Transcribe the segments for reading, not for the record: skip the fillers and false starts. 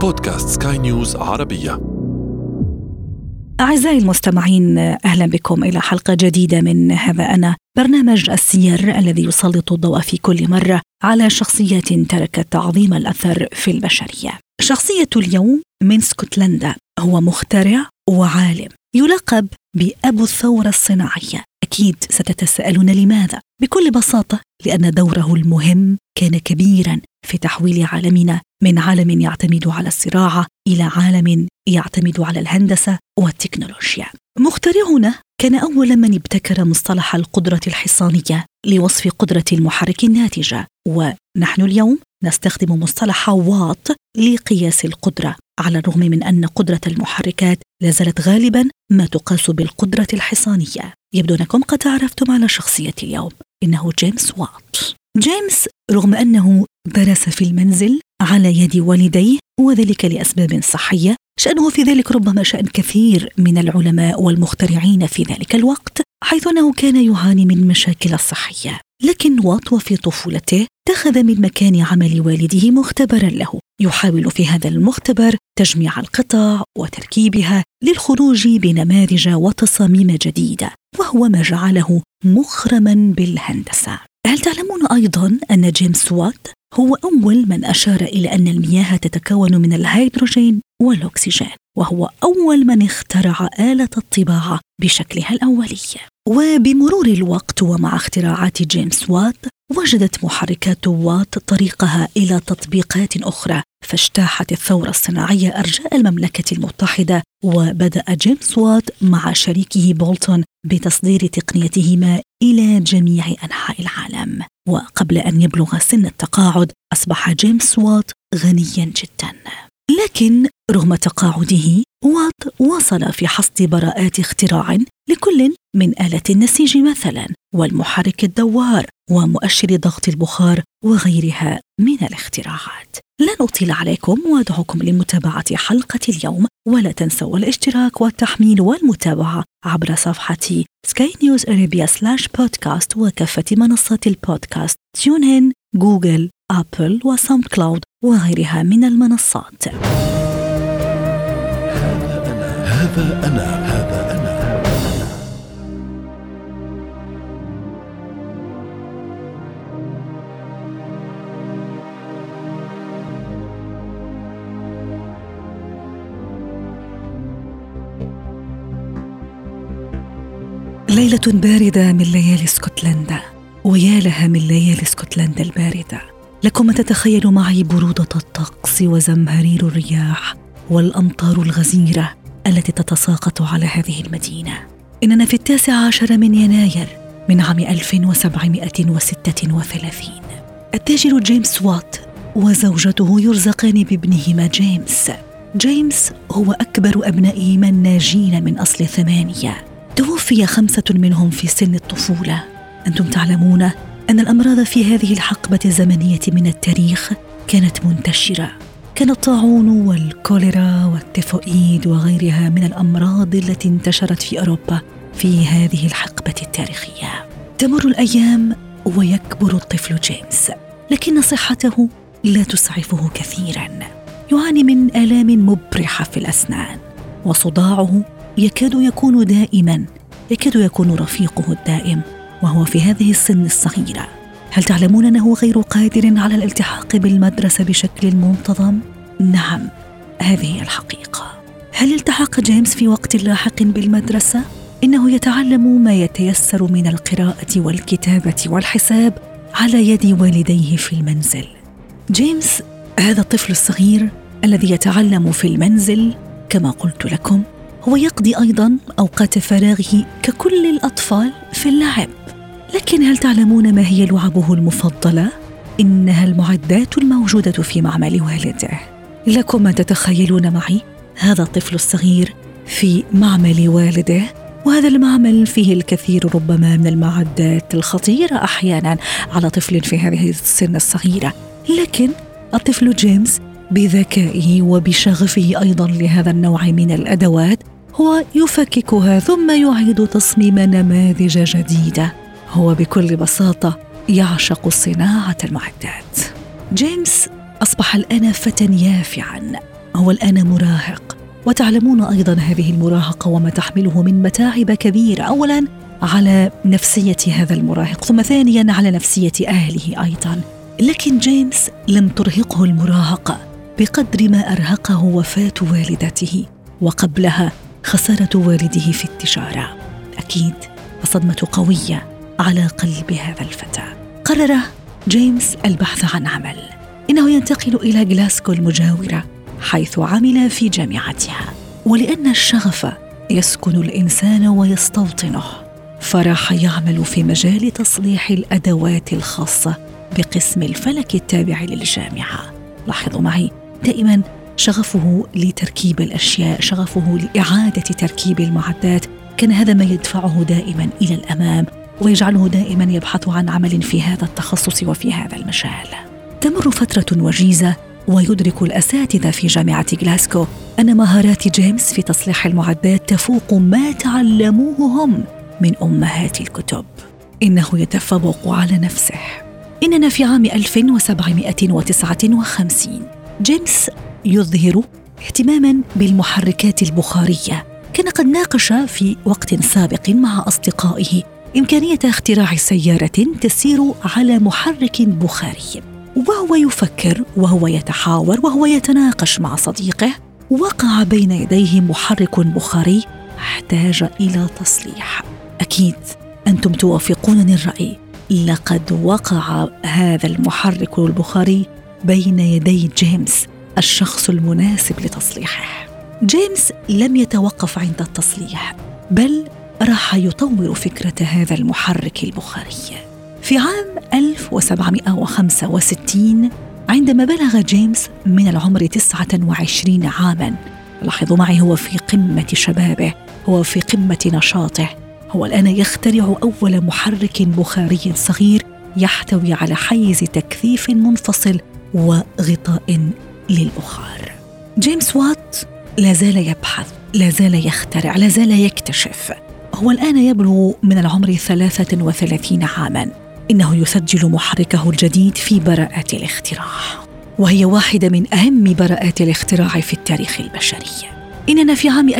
بودكاست سكاي نيوز عربية. أعزائي المستمعين، أهلا بكم إلى حلقة جديدة من هذا أنا، برنامج السير الذي يسلط الضوء في كل مرة على شخصيات تركت عظيم الأثر في البشرية. شخصية اليوم من اسكتلندا، هو مخترع وعالم يلقب بأبو الثورة الصناعية. أكيد ستتساءلون لماذا؟ بكل بساطة لأن دوره المهم كان كبيراً في تحويل عالمنا من عالم يعتمد على الزراعة إلى عالم يعتمد على الهندسة والتكنولوجيا. مخترعنا كان أول من ابتكر مصطلح القدرة الحصانية لوصف قدرة المحرك الناتجة، ونحن اليوم نستخدم مصطلح وات لقياس القدرة، على الرغم من أن قدرة المحركات لازالت غالباً ما تقاس بالقدرة الحصانية. يبدو أنكم قد تعرفتم على شخصية اليوم، إنه جيمس وات. جيمس رغم أنه درس في المنزل على يد والديه، وذلك لأسباب صحية، شأنه في ذلك ربما شأن كثير من العلماء والمخترعين في ذلك الوقت، حيث أنه كان يعاني من مشاكل صحية. لكن وات وفي طفولته اتخذ من مكان عمل والده مختبرا له، يحاول في هذا المختبر تجميع القطع وتركيبها للخروج بنماذج وتصاميم جديدة، وهو ما جعله مخرما بالهندسة. هل تعلمون أيضا أن جيمس وات هو أول من أشار إلى أن المياه تتكون من الهيدروجين والأكسجين، وهو أول من اخترع آلة الطباعة بشكلها الأولي. وبمرور الوقت ومع اختراعات جيمس وات، وجدت محركات وات طريقها إلى تطبيقات أخرى، فاجتاحت الثورة الصناعية أرجاء المملكة المتحدة، وبدأ جيمس وات مع شريكه بولتون بتصدير تقنيتهما إلى جميع أنحاء العالم. وقبل أن يبلغ سن التقاعد أصبح جيمس وات غنياً جداً. لكن رغم تقاعده، وات وصل في حصد براءات اختراع لكل من آلة النسيج مثلاً، والمحرك الدوار، ومؤشر ضغط البخار، وغيرها من الاختراعات. لا نطيل عليكم وأدعوكم لمتابعة حلقة اليوم، ولا تنسوا الاشتراك والتحميل والمتابعة عبر صفحة سكاي نيوز أرابيا /podcast وكافة منصات البودكاست تيونين، جوجل، أبل وساوند كلاود وغيرها من المنصات. هذا أنا. ليلة باردة من ليالي اسكتلندا، ويا لها من ليالي اسكتلندا الباردة. لكم أن تتخيلوا معي برودة الطقس وزمهرير الرياح والأمطار الغزيرة التي تتساقط على هذه المدينة. إننا في 19 من يناير من عام 1736. التاجر جيمس وات وزوجته يرزقان بابنهما جيمس. جيمس هو أكبر أبنائهما الناجين من أصل 8. توفي 5 منهم في سن الطفولة. أنتم تعلمون أن الأمراض في هذه الحقبة الزمنية من التاريخ كانت منتشرة، كان الطاعون والكوليرا والتيفوئيد وغيرها من الأمراض التي انتشرت في أوروبا في هذه الحقبة التاريخية. تمر الأيام ويكبر الطفل جيمس، لكن صحته لا تسعفه كثيرا. يعاني من آلام مبرحة في الأسنان، وصداعه يكاد يكون دائما، يكاد يكون رفيقه الدائم وهو في هذه السن الصغيرة. هل تعلمون أنه غير قادر على الالتحاق بالمدرسة بشكل منتظم؟ نعم، هذه الحقيقة. هل التحق جيمس في وقت لاحق بالمدرسة؟ إنه يتعلم ما يتيسر من القراءة والكتابة والحساب على يد والديه في المنزل. جيمس هذا الطفل الصغير الذي يتعلم في المنزل، كما قلت لكم، هو يقضي أيضاً أوقات فراغه ككل الأطفال في اللعب. لكن هل تعلمون ما هي لعبه المفضلة؟ إنها المعدات الموجودة في معمل والده. لكم أن تتخيلون معي هذا الطفل الصغير في معمل والده، وهذا المعمل فيه الكثير ربما من المعدات الخطيرة أحياناً على طفل في هذه السن الصغيرة. لكن الطفل جيمس بذكائه وبشغفه أيضاً لهذا النوع من الأدوات هو يفككها ثم يعيد تصميم نماذج جديدة. هو بكل بساطة يعشق صناعة المعدات. جيمس أصبح الآن فتى يافعاً، هو الآن مراهق، وتعلمون أيضا هذه المراهقة وما تحمله من متاعب كبيرة، أولا على نفسية هذا المراهق، ثم ثانيا على نفسية أهله أيضا. لكن جيمس لم ترهقه المراهقة بقدر ما أرهقه وفاة والدته، وقبلها خسارة والده في التجارة. أكيد صدمة قوية على قلب هذا الفتى. قرر جيمس البحث عن عمل، إنه ينتقل إلى غلاسكو المجاورة حيث عمل في جامعتها، ولأن الشغف يسكن الإنسان ويستوطنه فراح يعمل في مجال تصليح الأدوات الخاصة بقسم الفلك التابع للجامعة. لاحظوا معي دائما شغفه لتركيب الأشياء، شغفه لإعادة تركيب المعدات، كان هذا ما يدفعه دائما إلى الأمام ويجعله دائما يبحث عن عمل في هذا التخصص وفي هذا المجال. تمر فترة وجيزة ويدرك الأساتذة في جامعة غلاسكو أن مهارات جيمس في تصليح المعدات تفوق ما تعلموه هم من أمهات الكتب. إنه يتفوق على نفسه. إننا في عام 1759 جيمس يظهر اهتماماً بالمحركات البخارية. كان قد ناقش في وقت سابق مع أصدقائه إمكانية اختراع سيارة تسير على محرك بخاري، وهو يفكر وهو يتحاور وهو يتناقش مع صديقه وقع بين يديه محرك بخاري احتاج إلى تصليح. أكيد أنتم توافقونني الرأي، لقد وقع هذا المحرك البخاري بين يدي جيمس الشخص المناسب لتصليحه. جيمس لم يتوقف عند التصليح، بل راح يطور فكرة هذا المحرك البخاري. في عام 1765 عندما بلغ جيمس من العمر 29 عاماً، لاحظوا معي هو في قمة شبابه، هو في قمة نشاطه، هو الآن يخترع أول محرك بخاري صغير يحتوي على حيز تكثيف منفصل وغطاء للبخار. جيمس وات لا زال يبحث، لا زال يخترع، لا زال يكتشف. هو الآن يبلغ من العمر 33 عاماً. إنه يسجل محركه الجديد في براءات الاختراع، وهي واحدة من أهم براءات الاختراع في التاريخ البشري. إننا في عام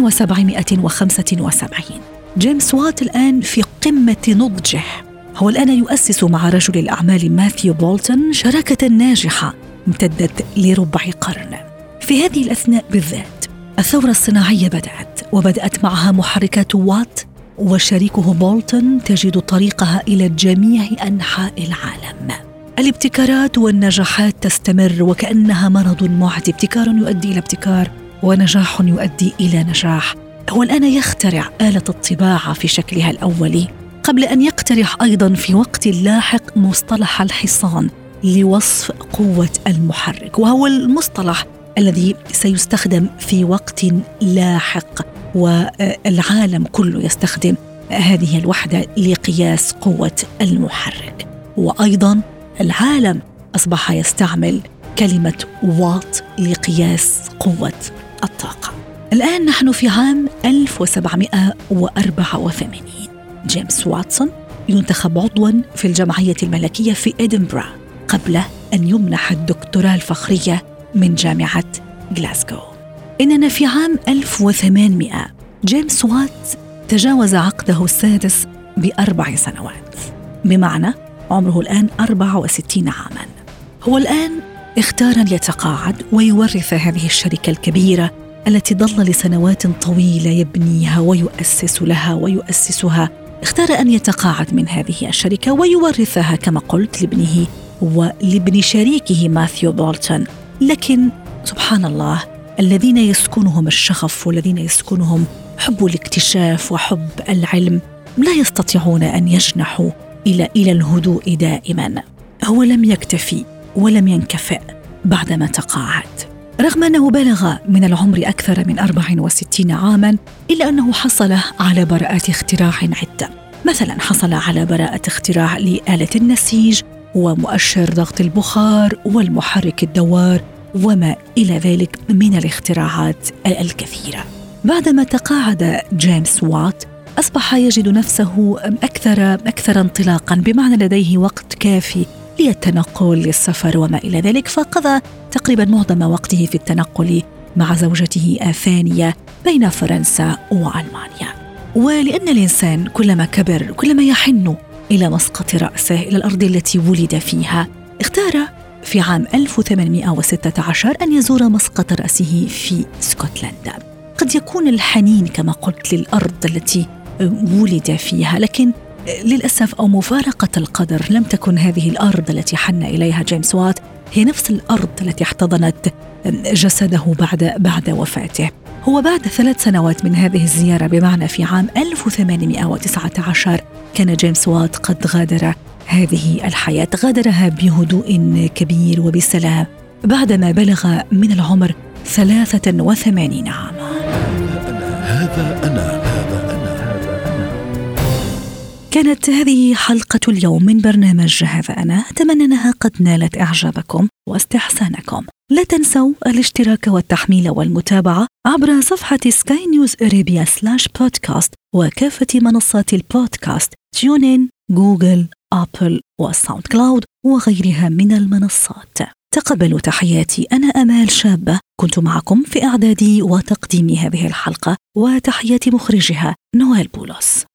1775. جيمس وات الآن في قمة نضجه، هو الآن يؤسس مع رجل الأعمال ماثيو بولتون شراكة ناجحة امتدت لربع قرن. في هذه الأثناء بالذات الثورة الصناعية بدأت معها محركات وات وشريكه بولتون تجد طريقها إلى جميع أنحاء العالم. الابتكارات والنجاحات تستمر وكأنها مرض معدي، ابتكار يؤدي إلى ابتكار ونجاح يؤدي إلى نجاح. هو الآن يخترع آلة الطباعة في شكلها الأولي، قبل أن يقترح أيضاً في وقت لاحق مصطلح الحصان لوصف قوة المحرك، وهو المصطلح الذي سيستخدم في وقت لاحق، والعالم كله يستخدم هذه الوحدة لقياس قوة المحرك. وأيضاً العالم أصبح يستعمل كلمة وات لقياس قوة الطاقة. الآن نحن في عام 1784. جيمس واتسون ينتخب عضواً في الجمعية الملكية في إدنبرا قبل أن يمنح الدكتوراه الفخرية من جامعة غلاسكو. إننا في عام 1800 جيمس وات تجاوز عقده السادس ب4 سنوات، بمعنى عمره الآن 64 عاماً. هو الآن اختار أن يتقاعد ويورث هذه الشركة الكبيرة التي ظل لسنوات طويلة يبنيها ويؤسس لها ويؤسسها. اختار أن يتقاعد من هذه الشركة ويورثها كما قلت لابنه ولابن شريكه ماثيو بولتون. لكن سبحان الله، الذين يسكنهم الشغف والذين يسكنهم حب الاكتشاف وحب العلم لا يستطيعون أن يجنحوا إلى الهدوء دائما. هو لم يكتفي ولم ينكفئ بعدما تقاعد، رغم أنه بلغ من العمر أكثر من 64 عاماً، إلا أنه حصل على براءات اختراع عدة. مثلاً حصل على براءة اختراع لآلة النسيج ومؤشر ضغط البخار والمحرك الدوار وما إلى ذلك من الاختراعات الكثيرة. بعدما تقاعد جيمس وات أصبح يجد نفسه أكثر انطلاقاً، بمعنى لديه وقت كافي للتنقل للسفر وما إلى ذلك، فقضى تقريبا معظم وقته في التنقل مع زوجته آفانيا بين فرنسا وألمانيا. ولأن الإنسان كلما كبر كلما يحن إلى مسقط رأسه، إلى الأرض التي ولد فيها، اختار في عام 1816 أن يزور مسقط رأسه في اسكتلندا. قد يكون الحنين كما قلت للأرض التي ولد فيها، لكن للأسف أو مفارقة القدر لم تكن هذه الأرض التي حن إليها جيمس وات هي نفس الأرض التي احتضنت جسده بعد وفاته. هو بعد 3 سنوات من هذه الزيارة، بمعنى في عام 1819، كان جيمس وات قد غادر هذه الحياة، غادرها بهدوء كبير وبسلام بعدما بلغ من العمر 83 عاما. هذا أنا. كانت هذه حلقة اليوم من برنامج هذا أنا، أتمنى أنها قد نالت إعجابكم واستحسانكم. لا تنسوا الاشتراك والتحميل والمتابعة عبر صفحة سكاي نيوز أرابيا /podcast وكافة منصات البودكاست تيونين، جوجل، أبل وساوند كلاود وغيرها من المنصات. تقبلوا تحياتي، أنا أمال شابة، كنت معكم في إعدادي وتقديم هذه الحلقة، وتحياتي مخرجها نوال بولس.